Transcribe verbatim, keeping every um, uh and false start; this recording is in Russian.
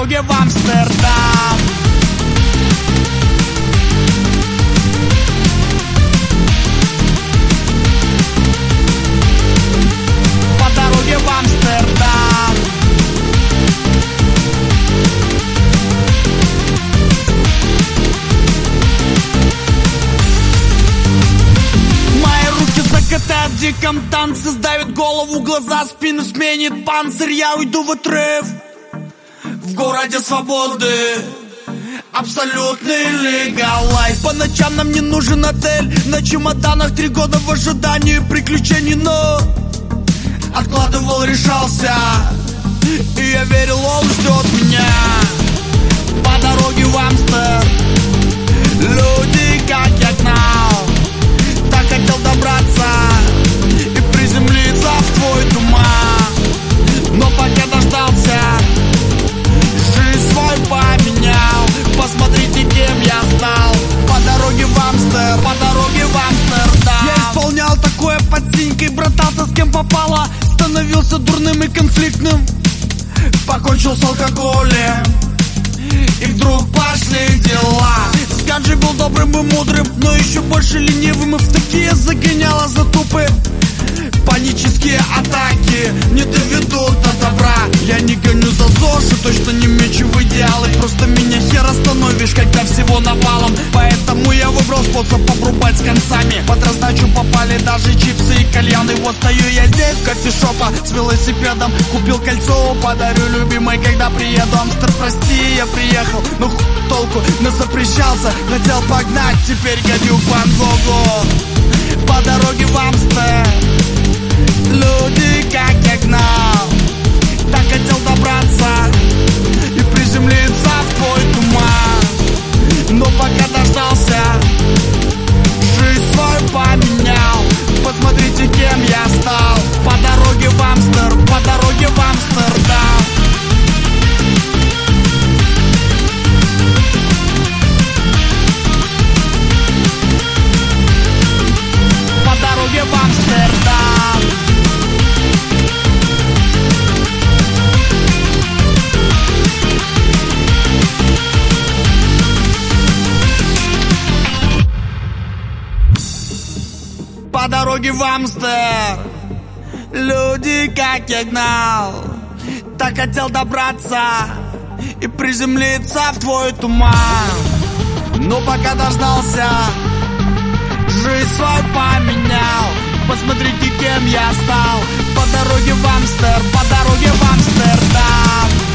дороге в Амстердам. По дороге в Амстердам. Мои руки закатают в диком танце, сдавит голову, глаза, спину сменит панцирь. Я уйду в отрыв в городе свободы, абсолютный легалайз. По ночам нам не нужен отель, на чемоданах три года в ожидании приключений. Но откладывал, решался, и я верил, он ждет меня. По дороге в Амстер люди, как я гнал, так хотел добраться и приземлиться в твой туман. Но пока дождался, жизнь свой поменял. Посмотрите, кем я стал. По дороге в Амстер, по дороге в Амстердам. Я исполнял такое под синькой, братался с кем попало, становился дурным и конфликтным, покончил с алкоголем, и вдруг пошли дела. Сканджи был добрым и мудрым, но еще больше ленивым, и в такие загоняла затупы. Панические атаки не доведут до добра. Я не гоню за ЗОЖ и точно не мечу в идеалы. Просто меня хер остановишь, когда всего навалом. Поэтому я выбрал способ обрубать с концами. Под раздачу попали даже чипсы и кальяны. Вот стою я здесь, в кофешопа с велосипедом. Купил кольцо, подарю любимой, когда приеду. Амстер, прости, я приехал, ну хуй толку, но запрещался. Хотел погнать, теперь гоню к Ван Гогу. По дороге в Амстер люди, как я гнал, так хотел добраться и приземлиться в твой туман. Но пока дождался, жизнь свою поменял. Посмотрите, кем я стал. По дороге в Амстер, по дороге в Амстердам. По дороге в Амстердам. По дороге в Амстер люди, как я гнал, так хотел добраться и приземлиться в твой туман. Но пока дождался, жизнь свою поменял. Посмотрите, кем я стал. По дороге в Амстер, по дороге в Амстердам.